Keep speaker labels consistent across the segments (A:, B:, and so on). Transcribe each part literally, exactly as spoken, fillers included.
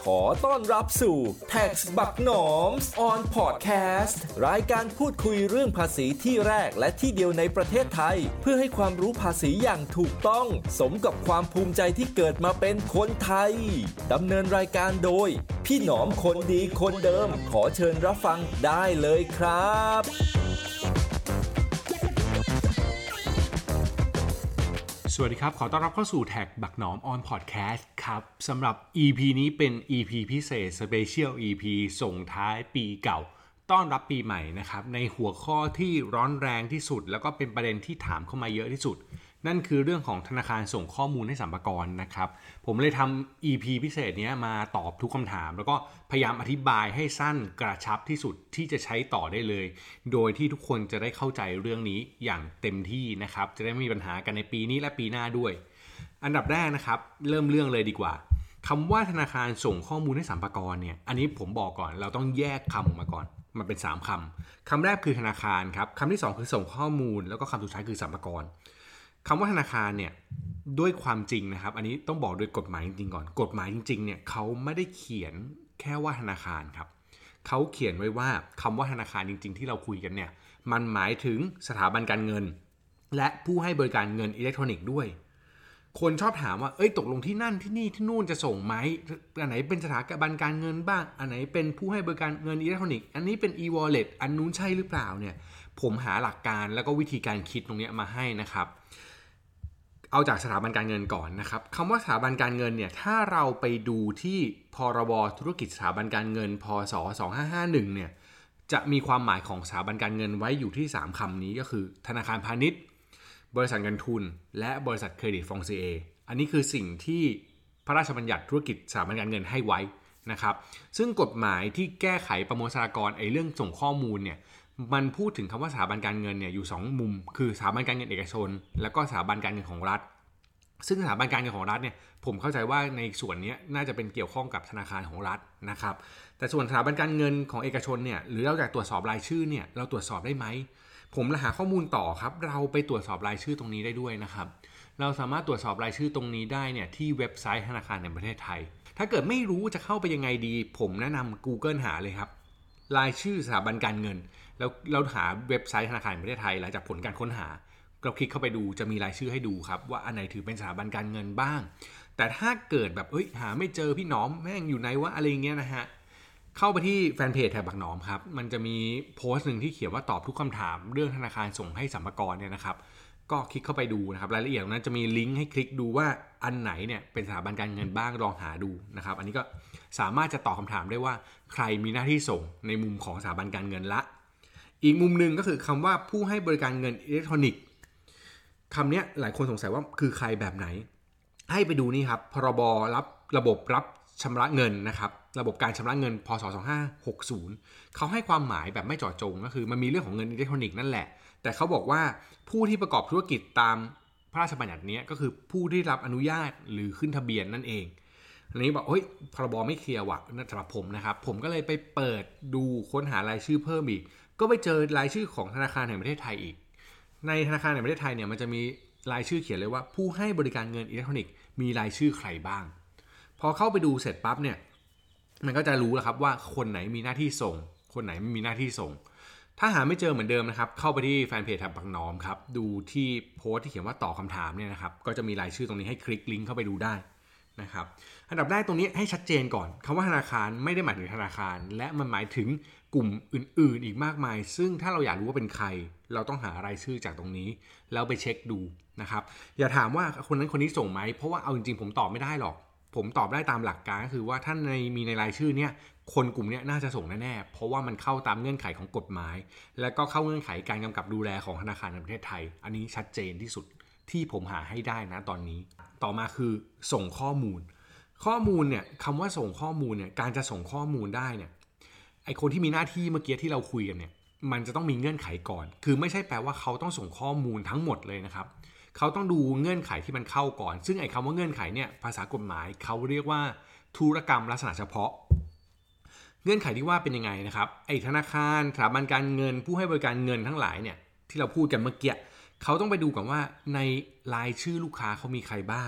A: ขอต้อนรับสู่ Tax บักหนอม on Podcast รายการพูดคุยเรื่องภาษีที่แรกและที่เดียวในประเทศไทยเพื่อให้ความรู้ภาษีอย่างถูกต้องสมกับความภูมิใจที่เกิดมาเป็นคนไทยดำเนินรายการโดยพี่หนอมคนดีคนเดิมขอเชิญรับฟังได้เลยครับ
B: สวัสดีครับขอต้อนรับเข้าสู่แท็กบักหนอม on podcast ครับสำหรับ อี พี นี้เป็น อี พี พิเศษ Special อี พี ส่งท้ายปีเก่าต้อนรับปีใหม่นะครับในหัวข้อที่ร้อนแรงที่สุดแล้วก็เป็นประเด็นที่ถามเข้ามาเยอะที่สุดนั่นคือเรื่องของธนาคารส่งข้อมูลให้สรรพากรนะครับผมเลยทำ อี พี พิเศษนี้มาตอบทุกคำถามแล้วก็พยายามอธิบายให้สั้นกระชับที่สุดที่จะใช้ต่อได้เลยโดยที่ทุกคนจะได้เข้าใจเรื่องนี้อย่างเต็มที่นะครับจะได้ไม่มีปัญหากันในปีนี้และปีหน้าด้วยอันดับแรกนะครับเริ่มเรื่องเลยดีกว่าคำว่าธนาคารส่งข้อมูลให้สรรพากรเนี่ยอันนี้ผมบอกก่อนเราต้องแยกคำออกมาก่อนมันเป็นสามคำคำแรกคือธนาคารครับคำที่สองคือส่งข้อมูลแล้วก็คำสุดท้ายคือสรรพากรคำว่าธนาคารเนี่ยด้วยความจริงนะครับอันนี้ต้องบอกโดยกฎหมายจริงๆก่อนกฎหมายจริงๆเนี่ยเขาไม่ได้เขียนแค่ว่าธนาคารครับเขาเขียนไว้ว่าคำว่าธนาคารจริงๆที่เราคุยกันเนี่ยมันหมายถึงสถาบันการเงินและผู้ให้บริการเงินอิเล็กทรอนิกส์ด้วยคนชอบถามว่าเอ้ยตกลงที่นั่นที่นี่ที่นู่นจะส่งไหมอันไหนเป็นสถาบันการเงินบ้างอันไหนเป็นผู้ให้บริการเงินอิเล็กทรอนิกส์อันนี้เป็น e-wallet อันนู้นใช่หรือเปล่าเนี่ยผมหาหลักการแล้วก็วิธีการคิดตรงนี้มาให้นะครับเอาจากสถาบันการเงินก่อนนะครับคำว่าสถาบันการเงินเนี่ยถ้าเราไปดูที่พรบธุรกิจสถาบันการเงินพ.ศ. สองพันห้าร้อยห้าสิบเอ็ดเนี่ยจะมีความหมายของสถาบันการเงินไว้อยู่ที่สามคำนี้ก็คือธนาคารพาณิชย์บริษัทเงินทุนและบริษัทเครดิตฟองซิเออันนี้คือสิ่งที่พระราชบัญญัติธุรกิจสถาบันการเงินให้ไว้นะครับซึ่งกฎหมายที่แก้ไขประมวลสหกรณ์ไอ้เรื่องส่งข้อมูลเนี่ยมันพูดถึงคำว่าสถาบันการเงินเนี่ยอยู่สองมุมคือสถาบันการเงินเอกชนแล้วก็สถาบันการเงินของรัฐซึ่งสถาบันการเงินของรัฐเนี่ยผมเข้าใจว่าในส่วนนี้น่าจะเป็นเกี่ยวข้องกับธนาคารของรัฐนะครับแต่ส่วนสถาบันการเงินของเอกชนเนี่ยหรือเราอยากตรวจสอบรายชื่อเนี่ยเราตรวจสอบได้ไหมผมหาข้อมูลต่อครับเราไปตรวจสอบรายชื่อตรงนี้ได้ด้วยนะครับเราสามารถตรวจสอบรายชื่อตรงนี้ได้เนี่ยที่เว็บไซต์ธนาคารแห่งประเทศไทยถ้าเกิดไม่รู้จะเข้าไปยังไงดีผมแนะนำ Google หาเลยครับรายชื่อสถาบันการเงินแล้วเราหาเว็บไซต์ธนาคารแห่งประเทศไทยหลังจากผลการค้นหาเราคลิกเข้าไปดูจะมีรายชื่อให้ดูครับว่าอันไหนถือเป็นสถาบันการเงินบ้างแต่ถ้าเกิดแบบเอ้ยหาไม่เจอพี่หนอมแม่งอยู่ไหนวะอะไรเงี้ยนะฮะเข้าไปที่แฟนเพจแถบบักหนอมครับมันจะมีโพสต์หนึ่งที่เขียนว่าตอบทุกคำถามเรื่องธนาคารส่งให้สรรพากรเนี่ยนะครับก็คลิกเข้าไปดูนะครับรายละเอียดนั้นจะมีลิงก์ให้คลิกดูว่าอันไหนเนี่ยเป็นสถาบันการเงินบ้างลองหาดูนะครับอันนี้ก็สามารถจะตอบคำถามได้ว่าใครมีหน้าที่ส่งในมุมของสถาบันการเงินละอีกมุมนึงก็คือคำว่าผู้ให้บริการเงินอิเล็กทรอนิกส์คำนี้หลายคนสงสัยว่าคือใครแบบไหนให้ไปดูนี่ครับพรบรับระบบรับชำระเงินนะครับระบบการชำระเงินพ.ศ. สองพันห้าร้อยหกสิบเขาให้ความหมายแบบไม่เจาะจงก็คือมันมีเรื่องของเงินอิเล็กทรอนิกส์นั่นแหละแต่เขาบอกว่าผู้ที่ประกอบธุรกิจตามพระราชบัญญัตินี้ก็คือผู้ที่รับอนุญาตหรือขึ้นทะเบียนนั่นเองอันนี้บอกเฮ้ยพรบไม่เคลียร์ว่ะสำหรับผมนะครับผมก็เลยไปเปิดดูค้นหารายชื่อเพิ่มอีกก็ไปเจอรายชื่อของธนาคารแห่งประเทศไทยอีกในธนาคารแห่งประเทศไทยเนี่ยมันจะมีรายชื่อเขียนเลยว่าผู้ให้บริการเงินอิเล็กทรอนิกส์มีรายชื่อใครบ้างพอเข้าไปดูเสร็จปั๊บเนี่ยมันก็จะรู้แล้วครับว่าคนไหนมีหน้าที่ส่งคนไหนไม่มีหน้าที่ส่งถ้าหาไม่เจอเหมือนเดิมนะครับเข้าไปที่แฟนเพจแถบบักหนอมครับดูที่โพสต์ที่เขียนว่าตอบคำถามเนี่ยนะครับก็จะมีรายชื่อตรงนี้ให้คลิกลิงก์เข้าไปดูได้นะครับอันดับแรกตรงนี้ให้ชัดเจนก่อนคำว่าธนาคารไม่ได้หมายถึงธนาคารและมันหมายถึงกลุ่มอื่นๆอีกมากมายซึ่งถ้าเราอยากรู้ว่าเป็นใครเราต้องหารายชื่อจากตรงนี้แล้วไปเช็คดูนะครับอย่าถามว่าคนนั้นคนนี้ส่งไหมเพราะว่าเอาจริงๆผมตอบไม่ได้หรอกผมตอบได้ตามหลักการก็คือว่าท่านในมีในรายชื่อเนี่ยคนกลุ่มนี้น่าจะส่งแน่ๆเพราะว่ามันเข้าตามเงื่อนไขของกฎหมายและก็เข้าเงื่อนไขการกำกับดูแลของธนาคารแห่งประเทศไทยอันนี้ชัดเจนที่สุดที่ผมหาให้ได้นะตอนนี้ต่อมาคือส่งข้อมูลข้อมูลเนี่ยคำว่าส่งข้อมูลเนี่ยการจะส่งข้อมูลได้เนี่ยไอคนที่มีหน้าที่เมื่อกี้ที่เราคุยกันเนี่ยมันจะต้องมีเงื่อนไขก่อนคือไม่ใช่แปลว่าเขาต้องส่งข้อมูลทั้งหมดเลยนะครับเขาต้องดูเงื่อนไขที่มันเข้าก่อนซึ่งไอ้คำว่าเงื่อนไขเนี่ยภาษากฎหมายเขาเรียกว่าธุรกรรมลักษณะเฉพาะเงื่อนไขที่ว่าเป็นยังไงนะครับไอ้ธนาคารสถาบันการเงินผู้ให้บริการเงินทั้งหลายเนี่ยที่เราพูดกันเมื่อกี้เขาต้องไปดูก่อนว่าในรายชื่อลูกค้าเขามีใครบ้าง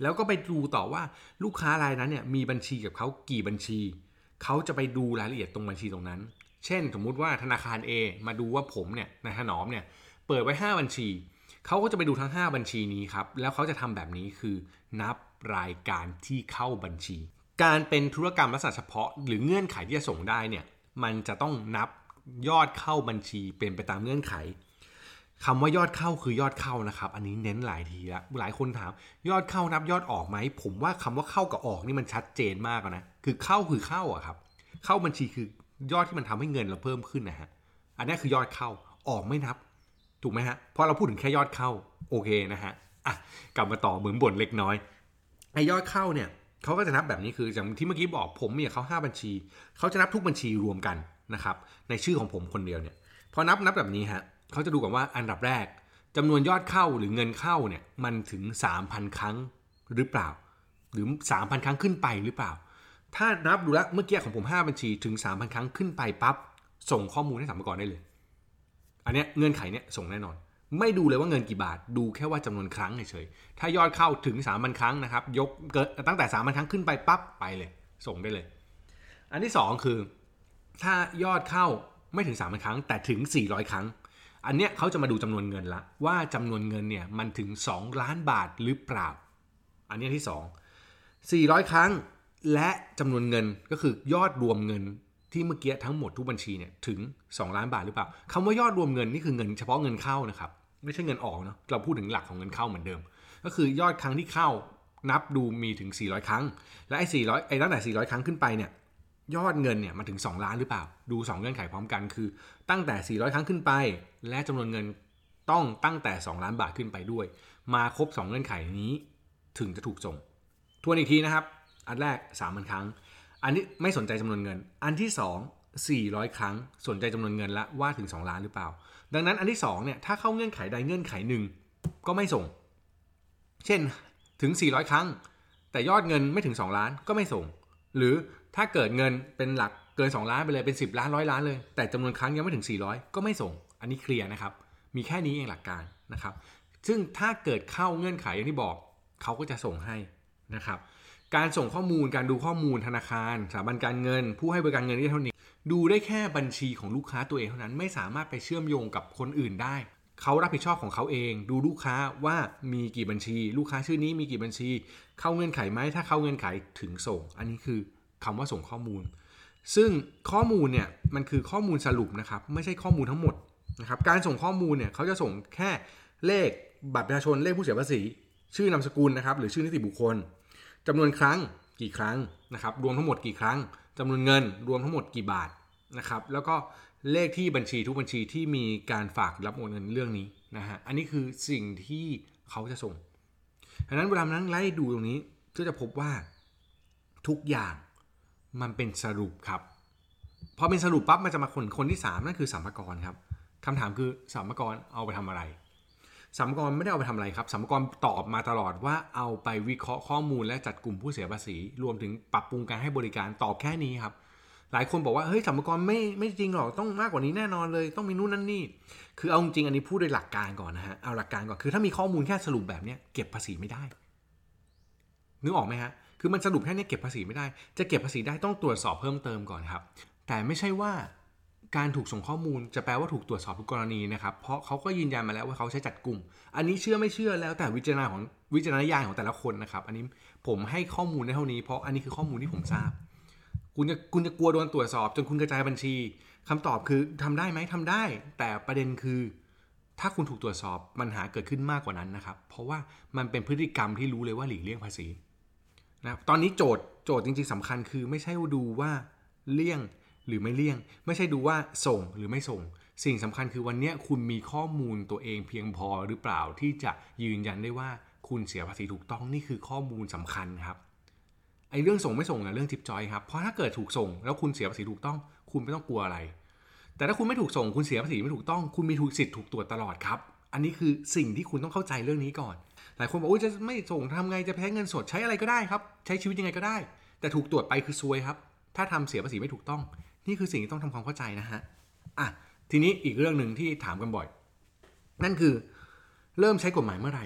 B: แล้วก็ไปดูต่อว่าลูกค้ารายนั้นเนี่ยมีบัญชีกับเขากี่บัญชีเขาจะไปดูรายละเอียดตรงบัญชีตรงนั้นเช่นสมมุติว่าธนาคาร A มาดูว่าผมเนี่ยนายถนอมเนี่ยเปิดไว้ห้าบัญชีเขาก็จะไปดูทั้งห้าบัญชีนี้ครับแล้วเขาจะทำแบบนี้คือนับรายการที่เข้าบัญชีการเป็นธุรกรรมลักษณะเฉพาะหรือเงื่อนไขที่จะส่งได้เนี่ยมันจะต้องนับยอดเข้าบัญชีเป็นไปตามเงื่อนไขคำว่ายอดเข้าคือยอดเข้านะครับอันนี้เน้นหลายทีแล้วหลายคนถามยอดเข้านับยอดออกไหมผมว่าคำว่าเข้ากับออกนี่มันชัดเจนมากนะคือเข้าคือเข้าอะครับเข้าบัญชีคือยอดที่มันทำให้เงินเราเพิ่มขึ้นนะฮะอันนี้คือยอดเข้าออกไม่นับถูกไหมฮะเพราะเราพูดถึงแค่ยอดเข้าโอเคนะฮะอ่ะกลับมาต่อเหมือนบ่นเล็กน้อยไอ้ยอดเข้าเนี่ยเขาก็จะนับแบบนี้คืออย่างที่เมื่อกี้บอกผมมีกับเขาห้าบัญชีเขาจะนับทุกบัญชีรวมกันนะครับในชื่อของผมคนเดียวเนี่ยพอนับนับแบบนี้ฮะเขาจะดูก่อนว่าอันดับแรกจำนวนยอดเข้าหรือเงินเข้าเนี่ยมันถึง สามพัน ครั้งหรือเปล่าหรือ สามพัน ครั้งขึ้นไปหรือเปล่าถ้านับดูแล้วเมื่อกี้ของผมห้าบัญชีถึง สามพัน ครั้งขึ้นไปปั๊บส่งข้อมูลให้สรรพากรได้เลยอันเนี้ยเงื่อนไขเนี้ยส่งแน่นอนไม่ดูเลยว่าเงินกี่บาทดูแค่ว่าจำนวนครั้งเฉยๆถ้ายอดเข้าถึง สามพัน ครั้งนะครับยกเกิดตั้งแต่ สามพัน ครั้งขึ้นไปปั๊บไปเลยส่งได้เลยอันที่สองคือถ้ายอดเข้าไม่ถึง สามพัน ครั้งแต่ถึงสี่ร้อยครั้งอันเนี้ยเขาจะมาดูจำนวนเงินละว่าจำนวนเงินเนี่ยมันถึงสองล้านบาทหรือเปล่าอันนี้ที่สองสี่ร้อยครั้งและจำนวนเงินก็คือยอดรวมเงินที่เมื่อกี้ทั้งหมดทุกบัญชีเนี่ยถึงสองล้านบาทหรือเปล่าคำว่ายอดรวมเงินนี่คือเงินเฉพาะเงินเข้านะครับไม่ใช่เงินออกเนาะเราพูดถึงหลักของเงินเข้าเหมือนเดิมก็คือยอดครั้งที่เข้านับดูมีถึงสี่ร้อยครั้งและไอ้สี่ร้อยไอ้ตั้งแต่สี่ร้อยครั้งขึ้นไปเนี่ยยอดเงินเนี่ยมันถึงสองล้านหรือเปล่าดูสองเงื่อนไขพร้อมกันคือตั้งแต่สี่ร้อยครั้งขึ้นไปและจำนวนเงินต้องตั้งแต่สองล้านบาทขึ้นไปด้วยมาครบสองเงื่อนไขนี้ถึงจะถูกส่งทวนอีกทีนะครับอันแรก สามพัน ครั้งอันนี้ไม่สนใจจำนวนเงินอันที่สองสี่ร้อยครั้งสนใจจำนวนเงินละว่าถึงสองล้านหรือเปล่าดังนั้นอันที่สองเนี่ยถ้าเข้าเงื่อนไขใดเงื่อนไขหนึ่งก็ไม่ส่งเช่นถึงสี่ร้อยครั้งแต่ยอดเงินไม่ถึงสองล้านก็ไม่ส่งหรือถ้าเกิดเงินเป็นหลักเกินสองล้านไปเลยเป็นสิบล้านร้อยล้านเลยแต่จำนวนครั้งยังไม่ถึงสี่ร้อยก็ไม่ส่งอันนี้เคลียร์นะครับมีแค่นี้เองหลักการนะครับซึ่งถ้าเกิดเข้าเงื่อนไขอย่างที่บอกเขาก็จะส่งให้นะครับการส่งข้อมูลการดูข้อมูลธนาคารสถาบันการเงินผู้ให้บริการเงินได้เท่านี้ดูได้แค่บัญชีของลูกค้าตัวเองเท่านั้นไม่สามารถไปเชื่อมโยงกับคนอื่นได้เขารับผิดชอบของเขาเองดูลูกค้าว่ามีกี่บัญชีลูกค้าชื่อนี้มีกี่บัญชีเข้าเงื่อนไขไหมถ้าเข้าเงื่อนไขถึงส่งอันนี้คือคำว่าส่งข้อมูลซึ่งข้อมูลเนี่ยมันคือข้อมูลสรุปนะครับไม่ใช่ข้อมูลทั้งหมดนะครับการส่งข้อมูลเนี่ยเขาจะส่งแค่เลขบัตรประชาชนเลขผู้เสียภาษีชื่อนามสกุลนะครับหรือชื่อนิติบุคคลจำนวนครั้งกี่ครั้งนะครับรวมทั้งหมดกี่ครั้งจำนวนเงินรวมทั้งหมดกี่บาทนะครับแล้วก็เลขที่บัญชีทุกบัญชีที่มีการฝากรับโอนเงินเรื่องนี้นะฮะอันนี้คือสิ่งที่เขาจะส่งดังนั้นเวลานั่งไล่ดูตรงนี้ก็จะพบว่าทุกอย่างมันเป็นสรุปครับพอเป็นสรุปปั๊บมันจะมาคนคนที่สามนั่นคือสรรพากรครับคำถามคือสรรพากรเอาไปทำอะไรสรรพากรไม่ได้เอาไปทำอะไรครับสรรพากรตอบมาตลอดว่าเอาไปวิเคราะห์ข้อมูลและจัดกลุ่มผู้เสียภาษีรวมถึงปรับปรุงการให้บริการตอบแค่นี้ครับหลายคนบอกว่าเฮ้ยสรรพากรไม่ไม่จริงหรอกต้องมากกว่านี้แน่นอนเลยต้องมีนู่นนั่นนี่คือเอาจริงอันนี้พูดโดยหลักการก่อนนะฮะเอาหลักการก่อนคือถ้ามีข้อมูลแค่สรุปแบบนี้เก็บภาษีไม่ได้นึกออกไหมฮะคือมันสรุปแค่นี้เก็บภาษีไม่ได้จะเก็บภาษีได้ต้องตรวจสอบเพิ่มเติมก่อนครับแต่ไม่ใช่ว่าการถูกส่งข้อมูลจะแปลว่าถูกตรวจสอบทุกกรณีนะครับเพราะเขาก็ยืนยันมาแล้วว่าเขาใช้จัดกลุ่มอันนี้เชื่อไม่เชื่อแล้วแต่วิจารณญาณของวิจารณญาณของแต่ละคนนะครับอันนี้ผมให้ข้อมูลได้เท่านี้เพราะอันนี้คือข้อมูลที่ผมทราบคุณจะคุณจะกลัวโดนตรวจสอบจนคุณกระจายบัญชีคำตอบคือทำได้ไหมทำได้แต่ประเด็นคือถ้าคุณถูกตรวจสอบปัญหาเกิดขึ้นมากกว่านั้นนะครับเพราะว่ามันเป็นพฤติกรรมที่รู้เลยว่าหลีกเลี่ยงภาษีนะตอนนี้โจทย์โจทย์จริงๆสำคัญคือไม่ใช่ดูว่าเลี่ยงหรือไม่เลี่ยงไม่ใช่ดูว่าส่งหรือไม่ส่งสิ่งสำคัญคือวันนี้คุณมีข้อมูลตัวเองเพียงพอหรือเปล่าที่จะยืนยันได้ว่าคุณเสียภาษีถูกต้องนี่คือข้อมูลสำคัญครับไอ้เรื่องส่งไม่ส่งนะเรื่องทิปจอยครับเพราะถ้าเกิดถูกส่งแล้วคุณเสียภาษีถูกต้องคุณไม่ต้องกลัวอะไรแต่ถ้าคุณไม่ถูกส่งคุณเสียภาษีไม่ถูกต้องคุณมีสิทธิ์ถูกตรวจตลอดครับอันนี้คือสิ่งที่คุณต้องเข้าใจเรื่องนี้ก่อนหลายคนบอกโอ้ยจะไม่ส่งทำไงจะใช้เงินสดใช้อะไรก็ได้ครับใช้ชีวิตยังไงก็ได้แต่ถูกตรวจไปคือซวยครับถ้าทำเสียภาษีไม่ถูกต้องนี่คือสิ่งที่ต้องทำความเข้าใจนะฮะอ่ะทีนี้อีกเรื่องหนึ่งที่ถามกันบ่อยนั่นคือเริ่มใช้กฎหมายเมื่อไหร่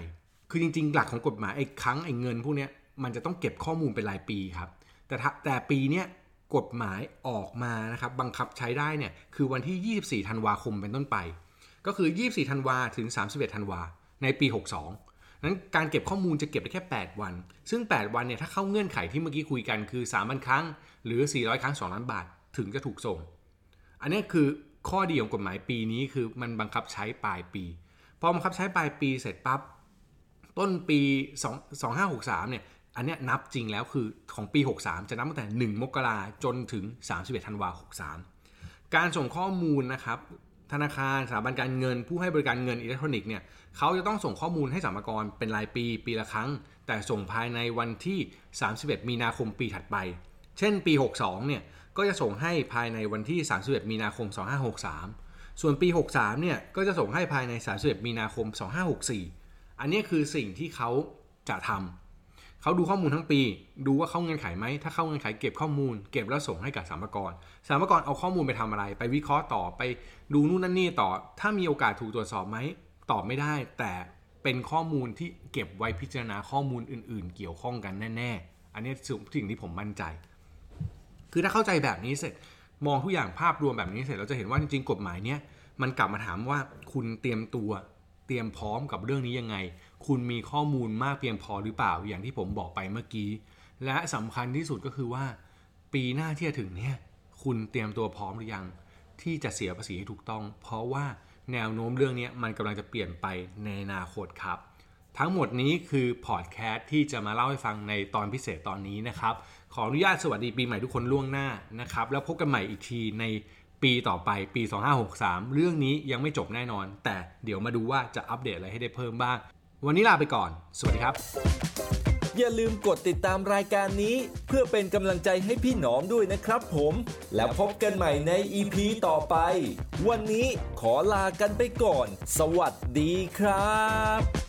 B: คือจริงๆหลักของกฎหมายไอ้ครั้งไอ้เงินพวกนี้มันจะต้องเก็บข้อมูลเป็นรายปีครับแต่แต่ปีเนี้ยกฎหมายออกมานะครับบังคับใช้ได้เนี่ยคือวันที่ยี่สิบสี่ธันวาคมเป็นต้นไปก็คือยี่สิบสี่ธันวาถึงสามสิบเอ็ดธันวาในปีหกสิบสองนั้นการเก็บข้อมูลจะเก็บได้แค่แปดวันซึ่งแปดวันเนี่ยถ้าเข้าเงื่อนไขที่เมื่อกี้คุยกันคือ สามพัน ครั้งหรือสี่ร้อยครั้งสองล้านบาทถึงจะถูกส่งอันนี้คือข้อดีของกฎหมายปีนี้คือมันบังคับใช้ปลายปีพอบังคับใช้ปลายปีเสร็จปั๊บต้นปีสอง สองพันห้าร้อยหกสิบสามเนี่ยอันนี้นับจริงแล้วคือของปีหกสิบสามจะนับตั้งแต่หนึ่งมกราจนถึงสามสิบเอ็ดธันวาคมหกสิบสามการส่งข้อมูลนะครับธนาคารสถาบันการเงินผู้ให้บริการเงินอิเล็กทรอนิกส์เนี่ยเขาจะต้องส่งข้อมูลให้สรรพากรเป็นรายปีปีละครั้งแต่ส่งภายในวันที่สามสิบเอ็ดมีนาคมปีถัดไปเช่นปีหกสิบสองเนี่ยก็จะส่งให้ภายในวันที่สามสิบเอ็ดมีนาคมสองพันห้าร้อยหกสิบสามส่วนปีหกสิบสามเนี่ยก็จะส่งให้ภายในสามสิบเอ็ดมีนาคมสองพันห้าร้อยหกสิบสี่อันนี้คือสิ่งที่เขาจะทำเขาดูข้อมูลทั้งปีดูว่าเข้าเงื่อนไขไหมถ้าเข้าเงื่อนไขเก็บข้อมูลเก็บแล้วส่งให้กับสรรพากรสรรพากรเอาข้อมูลไปทำอะไรไปวิเคราะห์ต่อไปดูนู่นนั่นนี่ต่อถ้ามีโอกาสถูกตรวจสอบไหมตอบไม่ได้แต่เป็นข้อมูลที่เก็บไว้พิจารณาข้อมูลอื่นๆเกี่ยวข้องกันแน่ๆอันนี้สิ่งที่ผมมั่นใจคือถ้าเข้าใจแบบนี้เสร็จมองทุกอย่างภาพรวมแบบนี้เสร็จเราจะเห็นว่าจริงๆกฎหมายเนี้ยมันกลับมาถามว่าคุณเตรียมตัวเตรียมพร้อมกับเรื่องนี้ยังไงคุณมีข้อมูลมากเพียงพอหรือเปล่าอย่างที่ผมบอกไปเมื่อกี้และสำคัญที่สุดก็คือว่าปีหน้าที่จะถึงเนี่ยคุณเตรียมตัวพร้อมหรือยังที่จะเสียภาษีให้ถูกต้องเพราะว่าแนวโน้มเรื่องนี้มันกำลังจะเปลี่ยนไปในอนาคตครับทั้งหมดนี้คือพอดแคสต์ที่จะมาเล่าให้ฟังในตอนพิเศษตอนนี้นะครับขออนุญาตสวัสดีปีใหม่ทุกคนล่วงหน้านะครับแล้วพบกันใหม่อีกทีในปีต่อไปปีสองพันห้าร้อยหกสิบสามเรื่องนี้ยังไม่จบแน่นอนแต่เดี๋ยวมาดูว่าจะอัปเดตอะไรให้ได้เพิ่มบ้างวันนี้ลาไปก่อนสวัสดีครับ
A: อย่าลืมกดติดตามรายการนี้เพื่อเป็นกำลังใจให้พี่หนอมด้วยนะครับผมแล้วพบกันใหม่ใน อี พี ต่อไปวันนี้ขอลากันไปก่อนสวัสดีครับ